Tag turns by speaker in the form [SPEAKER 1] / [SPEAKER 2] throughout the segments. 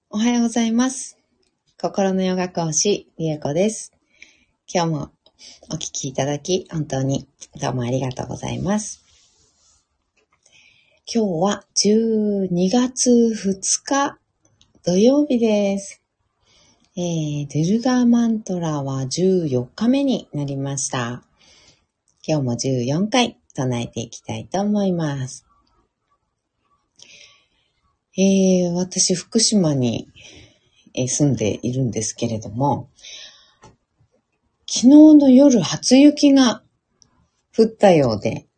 [SPEAKER 1] おはようございます。心のヨガ講師、りえこです。今日もお聞きいただき、本当にどうもありがとうございます。今日は12月2日土曜日です。ドゥルガーマントラは14日目になりました。今日も14回唱えていきたいと思います。私、福島に住んでいるんですけれども、昨日の夜初雪が降ったようで、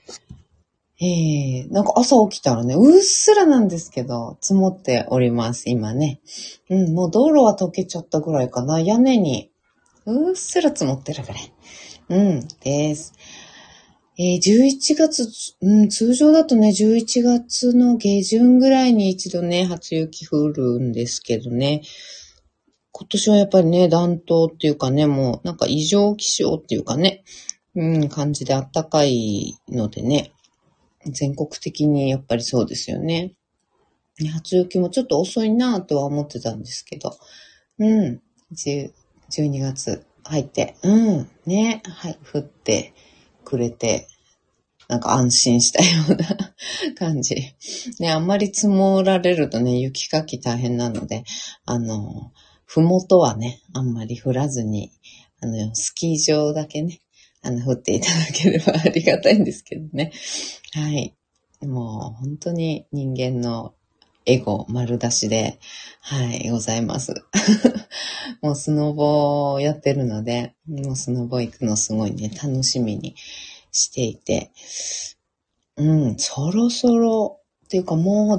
[SPEAKER 1] なんか朝起きたらね、うっすらなんですけど、積もっております、今ね。もう道路は溶けちゃったぐらいかな。屋根にうっすら積もってるぐらい。です。11月、通常だとね、11月の下旬ぐらいに一度ね、初雪降るんですけどね。今年はやっぱりね、暖冬っていうかね、もうなんか異常気象っていうかね、感じで暖かいのでね、全国的にやっぱりそうですよね。初雪もちょっと遅いなとは思ってたんですけど、12月入って、ね、はい、降ってくれて、なんか安心したような感じ。ね、あんまり積もられるとね、雪かき大変なので、ふもとはね、あんまり降らずに、スキー場だけね、降っていただければありがたいんですけどね。はい。もう本当に人間のエゴ丸出しで、はい、ございます。もうスノボーやってるので、もうスノボ行くのすごいね、楽しみにしていて、そろそろ、っていうかもう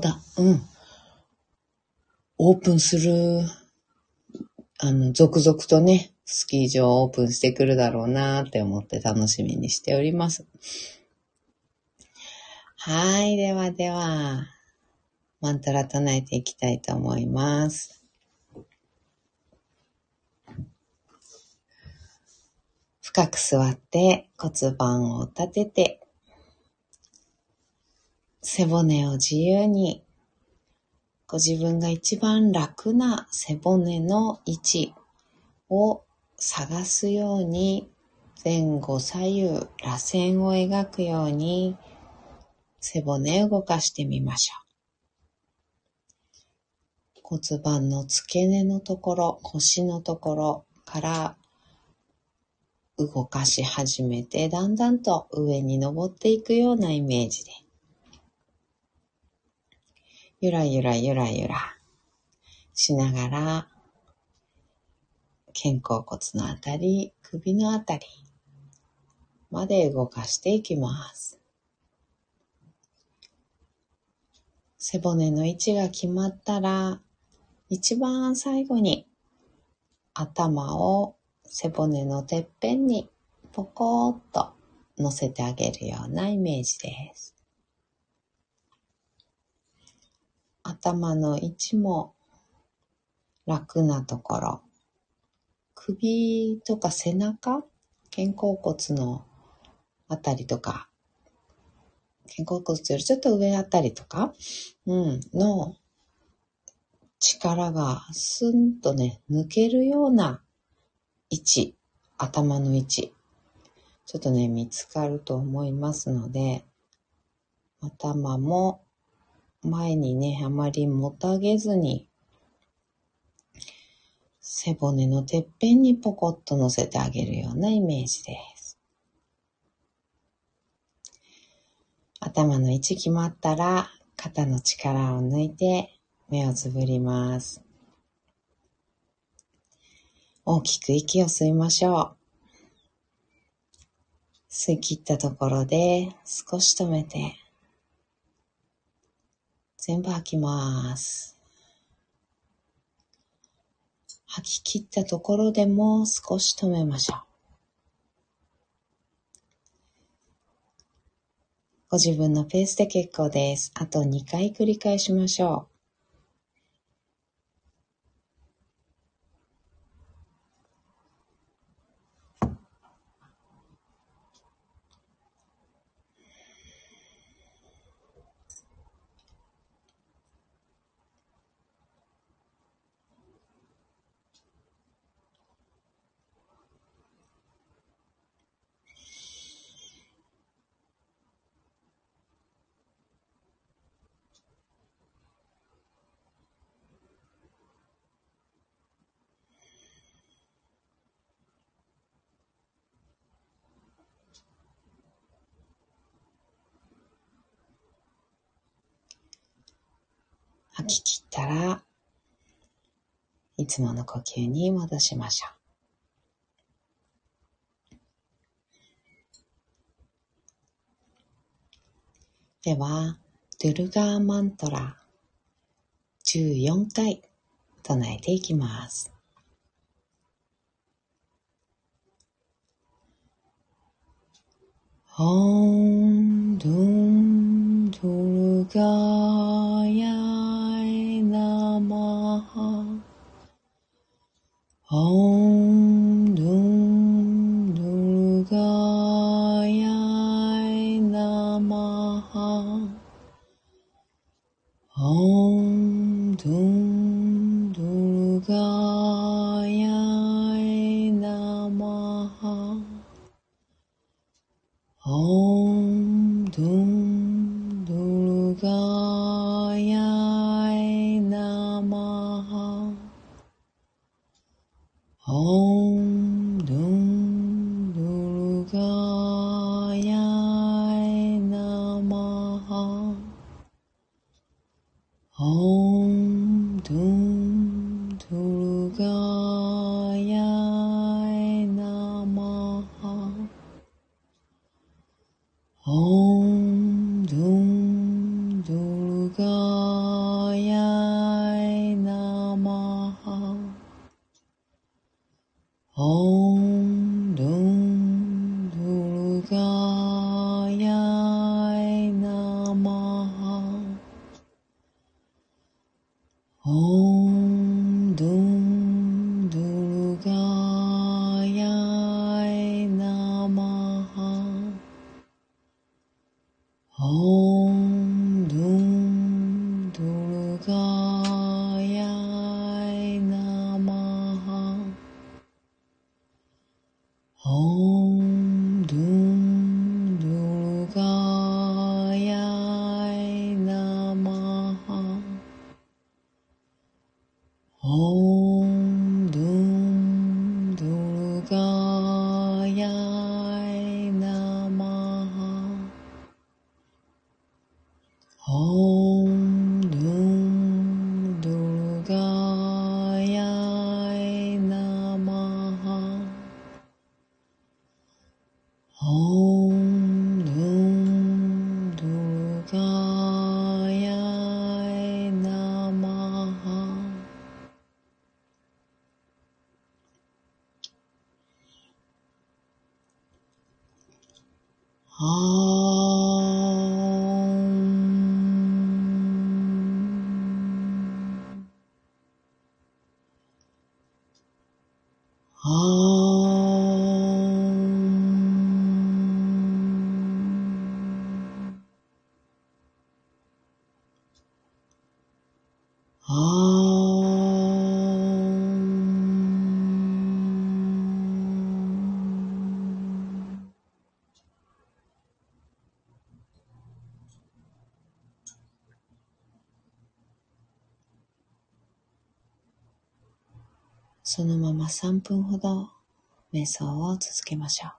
[SPEAKER 1] オープンする、続々とね、スキー場オープンしてくるだろうなって思って楽しみにしております。はい、ではでは、マントラ唱えていきたいと思います。深く座って骨盤を立てて、背骨を自由に、ご自分が一番楽な背骨の位置を探すように、前後左右螺旋を描くように背骨を動かしてみましょう。骨盤の付け根のところ、腰のところから動かし始めて、だんだんと上に登っていくようなイメージで、ゆらゆらゆらゆらしながら、肩甲骨のあたり、首のあたりまで動かしていきます。背骨の位置が決まったら、一番最後に頭を背骨のてっぺんにポコーっと乗せてあげるようなイメージです。頭の位置も楽なところ、首とか背中、肩甲骨のあたりとか、肩甲骨よりちょっと上あたりとか、の力がスンとね、抜けるような位置、頭の位置、ちょっとね、見つかると思いますので、頭も前にね、あまりもたげずに、背骨のてっぺんにポコッと乗せてあげるようなイメージです。頭の位置決まったら、肩の力を抜いて目をつぶります。大きく息を吸いましょう。吸い切ったところで少し止めて、全部吐きます。吐き切ったところでも少し止めましょう。ご自分のペースで結構です。あと2回繰り返しましょう。 吐き切ったら、いつもの呼吸に戻しましょう。では、ドゥルガーマントラ14回唱えていきます。Om Dum Durgaya Namaha Om Dum Durgaya Namaha Om Dum Durgaya Namaha Om Dum Durgaya Namaha Om Dum Durgaya Namaha Om Dum Durgaya Namaha Om Dum Durgaya Namaha Om Dum Durgaya Namaha Om Dum Durgaya Namaha Om Dum Durgaya Namaha Om Dum Durgaya Namaha Om Dum Durgaya Namaha Om Dum Durgaya Namaha Om Dum Durgaya Namahaそのまま3分ほど瞑想を続けましょう。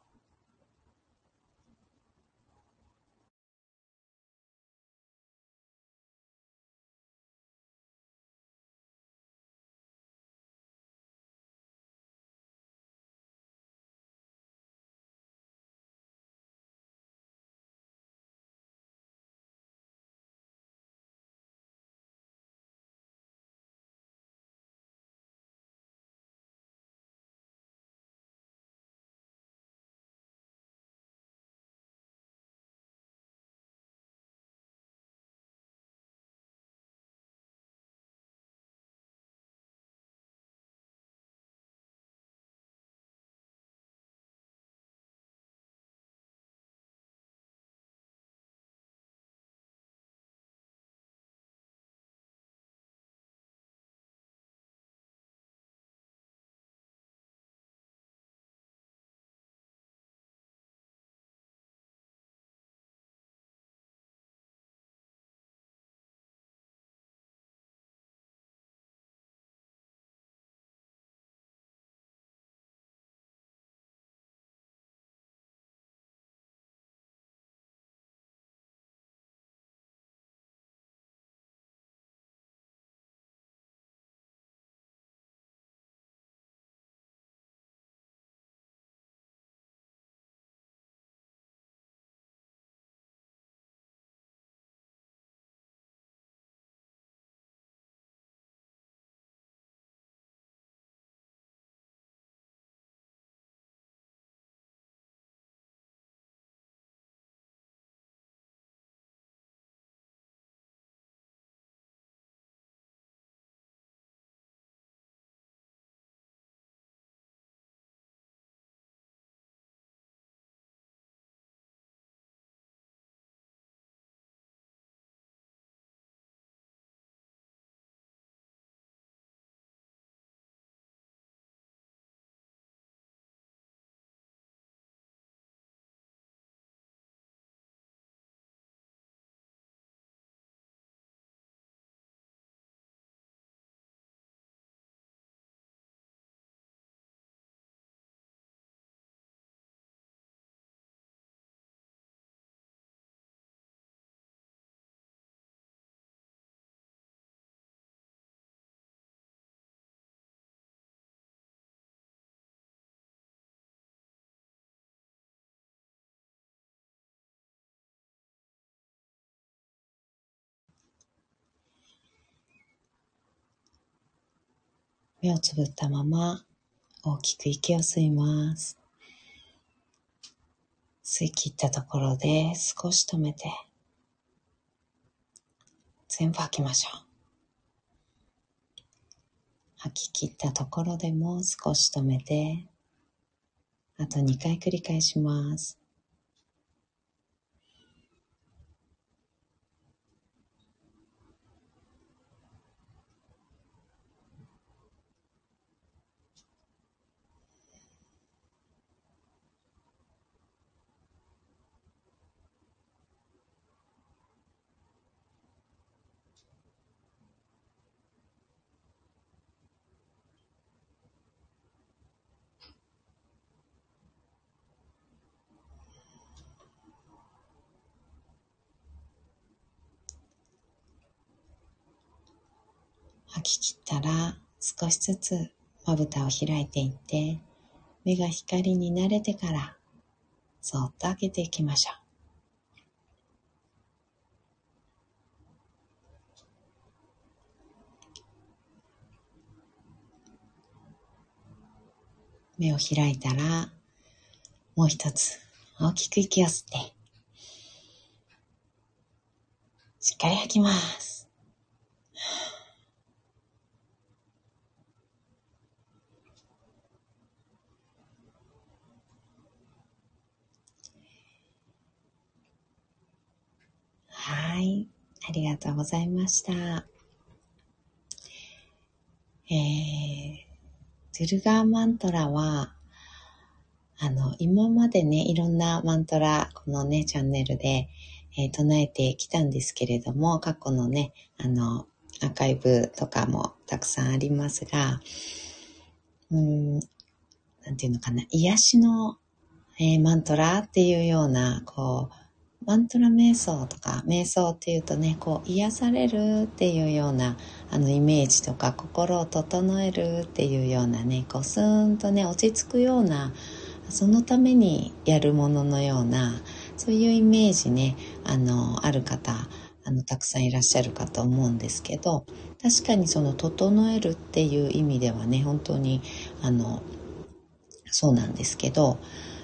[SPEAKER 1] 目をつぶったまま大きく息を吸います。吸い切ったところで少し止めて、全部吐きましょう。吐き切ったところでも少し止めて、あと2回繰り返します。吐き切ったら少しずつまぶたを開いていって、目が光に慣れてからそっと開けていきましょう。目を開いたらもう一つ大きく息を吸って、しっかり吐きます。はい、ありがとうございました。ドゥルガーマントラは、今までね、いろんなマントラ、このね、チャンネルで、唱えてきたんですけれども、過去のね、アーカイブとかもたくさんありますが、なんていうのかな、癒しの、マントラっていうような、マントラ瞑想とか、瞑想っていうとね、癒されるっていうような、イメージとか、心を整えるっていうようなね、スーンとね、落ち着くような、そのためにやるもののような、そういうイメージね、ある方、たくさんいらっしゃるかと思うんですけど、確かにその整えるっていう意味ではね、本当に、そうなんですけど、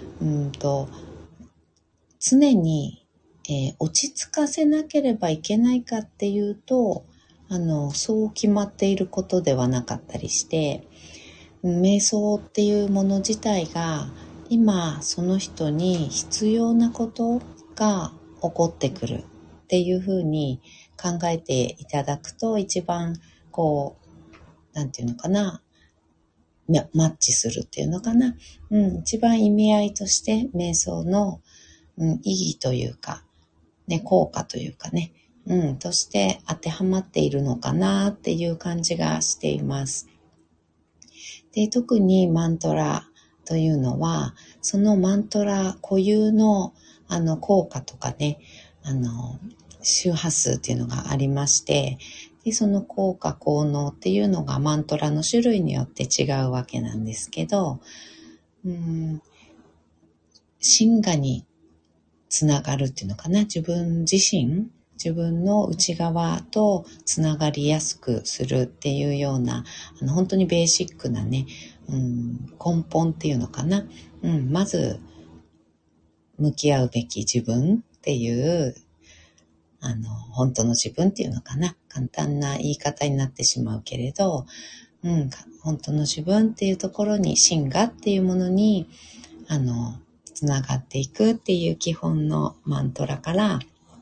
[SPEAKER 1] 常に、落ち着かせなければいけないかっていうと、そう決まっていることではなかったりして、瞑想っていうもの自体が今その人に必要なことが起こってくるっていうふうに考えていただくと一番なんていうのかな、マッチするっていうのかな、一番意味合いとして瞑想の、意義というか、ね、効果というかね、として当てはまっているのかなっていう感じがしています。で、特にマントラというのは、そのマントラ固有の効果とかね、周波数っていうのがありまして、で、その効果効能っていうのがマントラの種類によって違うわけなんですけど、真我につながるっていうのかな、自分の内側とつながりやすくするっていうような、本当にベーシックなね、根本っていうのかな、まず向き合うべき自分っていう本当の自分っていうのかな、簡単な言い方になってしまうけれど、本当の自分っていうところに、真我っていうものにつながっていくっていう基本のマントラから、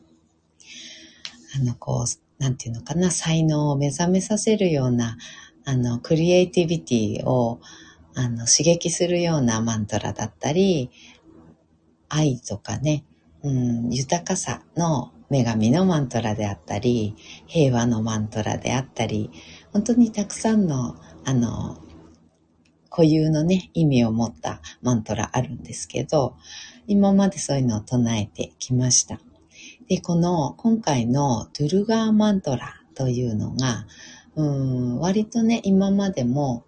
[SPEAKER 1] なんていうのかな、才能を目覚めさせるような、クリエイティビティを、刺激するようなマントラだったり、愛とかね、豊かさの女神のマントラであったり、平和のマントラであったり、本当にたくさんの、固有のね、意味を持ったマントラあるんですけど、今までそういうのを唱えてきました。で、今回のドゥルガーマントラというのが、割とね、今までも、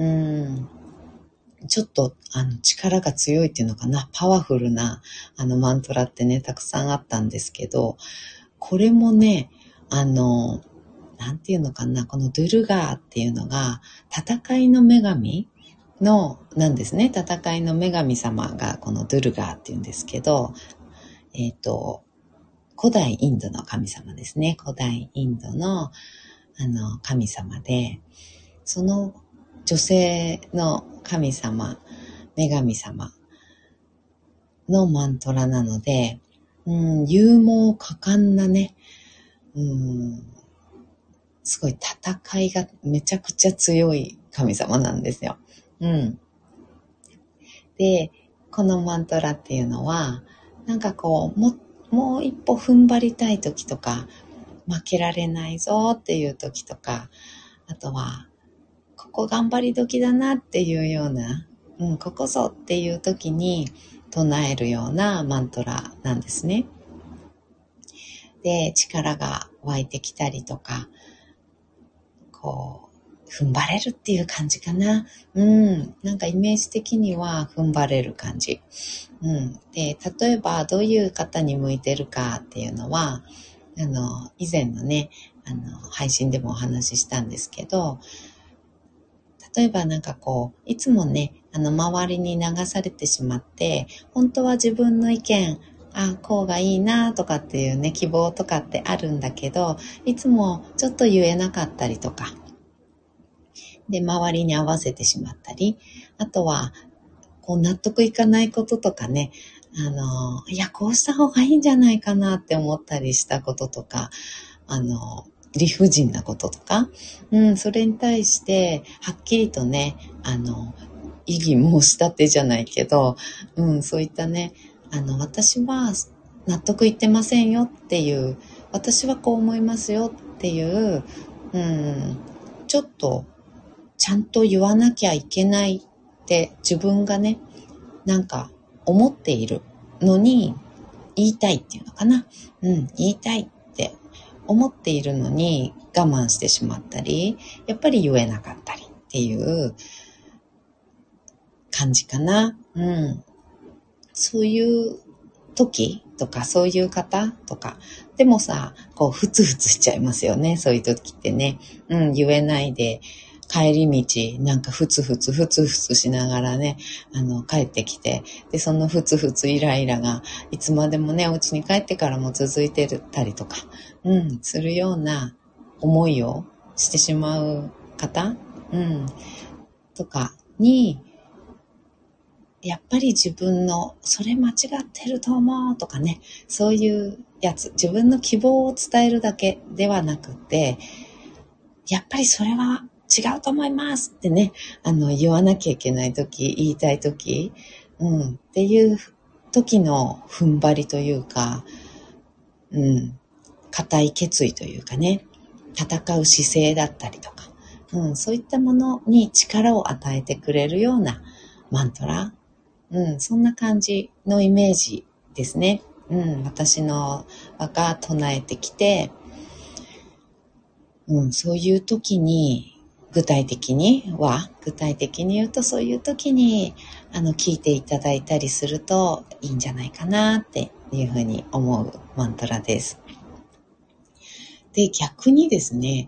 [SPEAKER 1] ちょっと力が強いっていうのかな、パワフルなマントラってね、たくさんあったんですけど、これもね、 なんていうのかな、このドゥルガーっていうのが、戦いの女神なんですね。戦いの女神様がこのドゥルガーっていうんですけど、古代インドの神様ですね。古代インドの、神様で、その女性の神様、女神様のマントラなので、勇猛果敢なね、すごい戦いがめちゃくちゃ強い神様なんですよ。で、このマントラっていうのは、なんかこう、もう一歩踏ん張りたい時とか、負けられないぞっていう時とか、あとは、ここ頑張り時だなっていうような、ここぞっていう時に唱えるようなマントラなんですね。で、力が湧いてきたりとか、こう、踏ん張れるっていう感じかな。なんかイメージ的には踏ん張れる感じ。で、例えばどういう方に向いてるかっていうのは、以前のね、配信でもお話ししたんですけど、例えばなんかこう、いつもね、周りに流されてしまって、本当は自分の意見、こうがいいなとかっていうね、希望とかってあるんだけど、いつもちょっと言えなかったりとか、で、周りに合わせてしまったり、あとは、こう納得いかないこととかね、いや、こうした方がいいんじゃないかなって思ったりしたこととか、理不尽なこととか、それに対して、はっきりとね、異議申し立てじゃないけど、そういったね、私は納得いってませんよっていう、私はこう思いますよっていう、ちょっと、ちゃんと言わなきゃいけないって自分がね、なんか思っているのに言いたいっていうのかな。言いたいって思っているのに我慢してしまったり、やっぱり言えなかったりっていう感じかな。そういう時とか、そういう方とか、でもさ、こう、ふつふつしちゃいますよね。そういう時ってね。言えないで、帰り道、なんかふつふつしながらね、帰ってきて、で、そのふつふつイライラが、いつまでもね、お家に帰ってからも続いてたりとか、するような思いをしてしまう方、とかに、やっぱり自分の、それ間違ってると思うとかね、そういうやつ、自分の希望を伝えるだけではなくて、やっぱりそれは違うと思いますってね、言わなきゃいけないとき、言いたいとき、っていう時の踏ん張りというか、固い決意というかね、戦う姿勢だったりとか、そういったものに力を与えてくれるようなマントラ、そんな感じのイメージですね。私のが唱えてきて、そういう時に、具体的に言うとそういう時に、聞いていただいたりするといいんじゃないかなっていうふうに思うマントラです。で、逆にですね、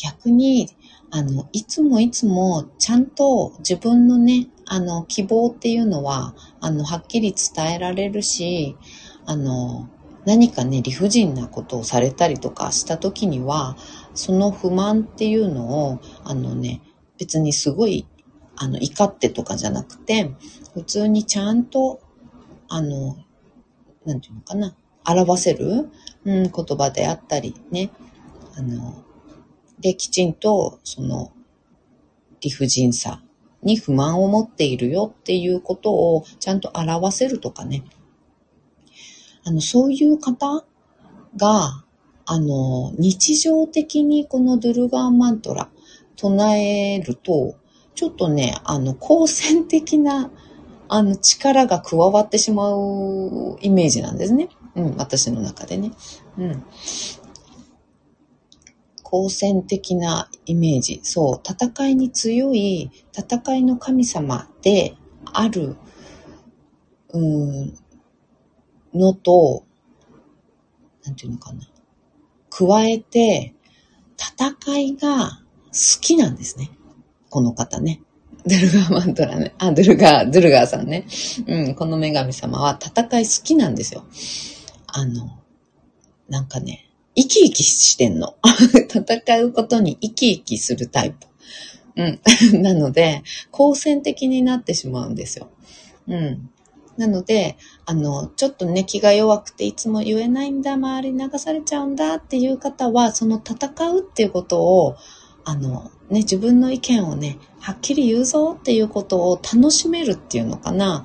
[SPEAKER 1] いつもちゃんと自分のね、希望っていうのは、はっきり伝えられるし、何かね、理不尽なことをされたりとかした時には、その不満っていうのを、別にすごい、怒ってとかじゃなくて、普通にちゃんと、なんていうのかな、表せる、言葉であったりね、で、きちんと、その、理不尽さに不満を持っているよっていうことをちゃんと表せるとかね。そういう方が、日常的にこのドゥルガーマントラ唱えると、ちょっとね、好戦的な、力が加わってしまうイメージなんですね。私の中でね。好戦的なイメージ。そう、戦いに強い、戦いの神様である、のと、なんていうのかな。加えて、 戦いが好きなんですね。この方ね。ドゥルガーマントラね。ドゥルガーさんね。この女神様は戦い好きなんですよ。なんかね、生き生きしてんの。戦うことに生き生きするタイプ。なので、好戦的になってしまうんですよ。なので、ちょっとね、気が弱くていつも言えないんだ、周りに流されちゃうんだっていう方は、その戦うっていうことを、自分の意見をね、はっきり言うぞっていうことを楽しめるっていうのかな。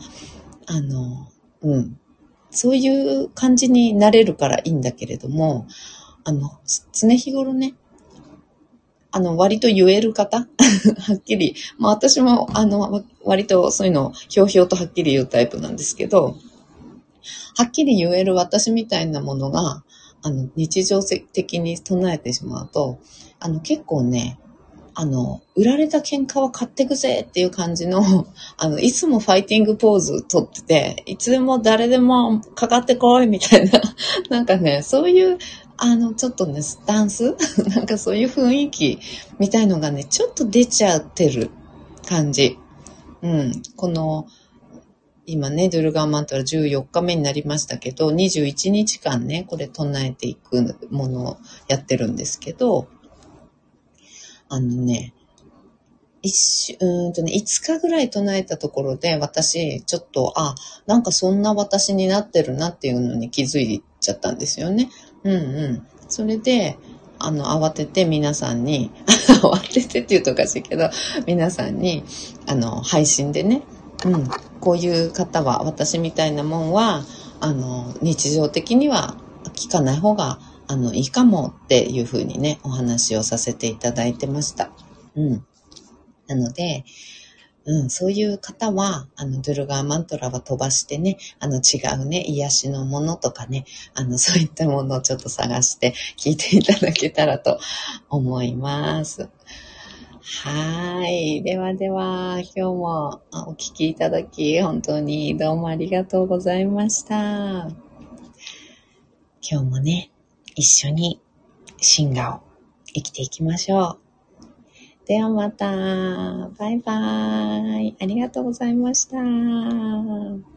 [SPEAKER 1] そういう感じになれるからいいんだけれども、常日頃ね、割と言える方はっきり、私も、割とそういうのをひょうひょうとはっきり言うタイプなんですけど、はっきり言える私みたいなものが、日常的に唱えてしまうと、結構ね、売られた喧嘩は買ってくぜっていう感じの、いつもファイティングポーズ取ってて、いつでも誰でもかかってこいみたいな、なんかね、そういう、ちょっとね、スタンスなんかそういう雰囲気みたいのがね、ちょっと出ちゃってる感じ。この、今ね、ドゥルガーマントラ14日目になりましたけど、21日間ね、これ唱えていくものをやってるんですけど、5日ぐらい唱えたところで、私、ちょっと、なんかそんな私になってるなっていうのに気づいちゃったんですよね。それで、慌てて皆さんに、慌ててって言うとおかしいけど、皆さんに、配信でね、こういう方は、私みたいなもんは、日常的には聞かない方が、いいかもっていうふうにね、お話をさせていただいてました。なので、そういう方は、ドゥルガーマントラは飛ばしてね、違うね、癒しのものとかね、そういったものをちょっと探して聞いていただけたらと思います。はい。ではでは、今日もお聞きいただき、本当にどうもありがとうございました。今日もね、一緒に真我を生きていきましょう。ではまた。バイバイ。ありがとうございました。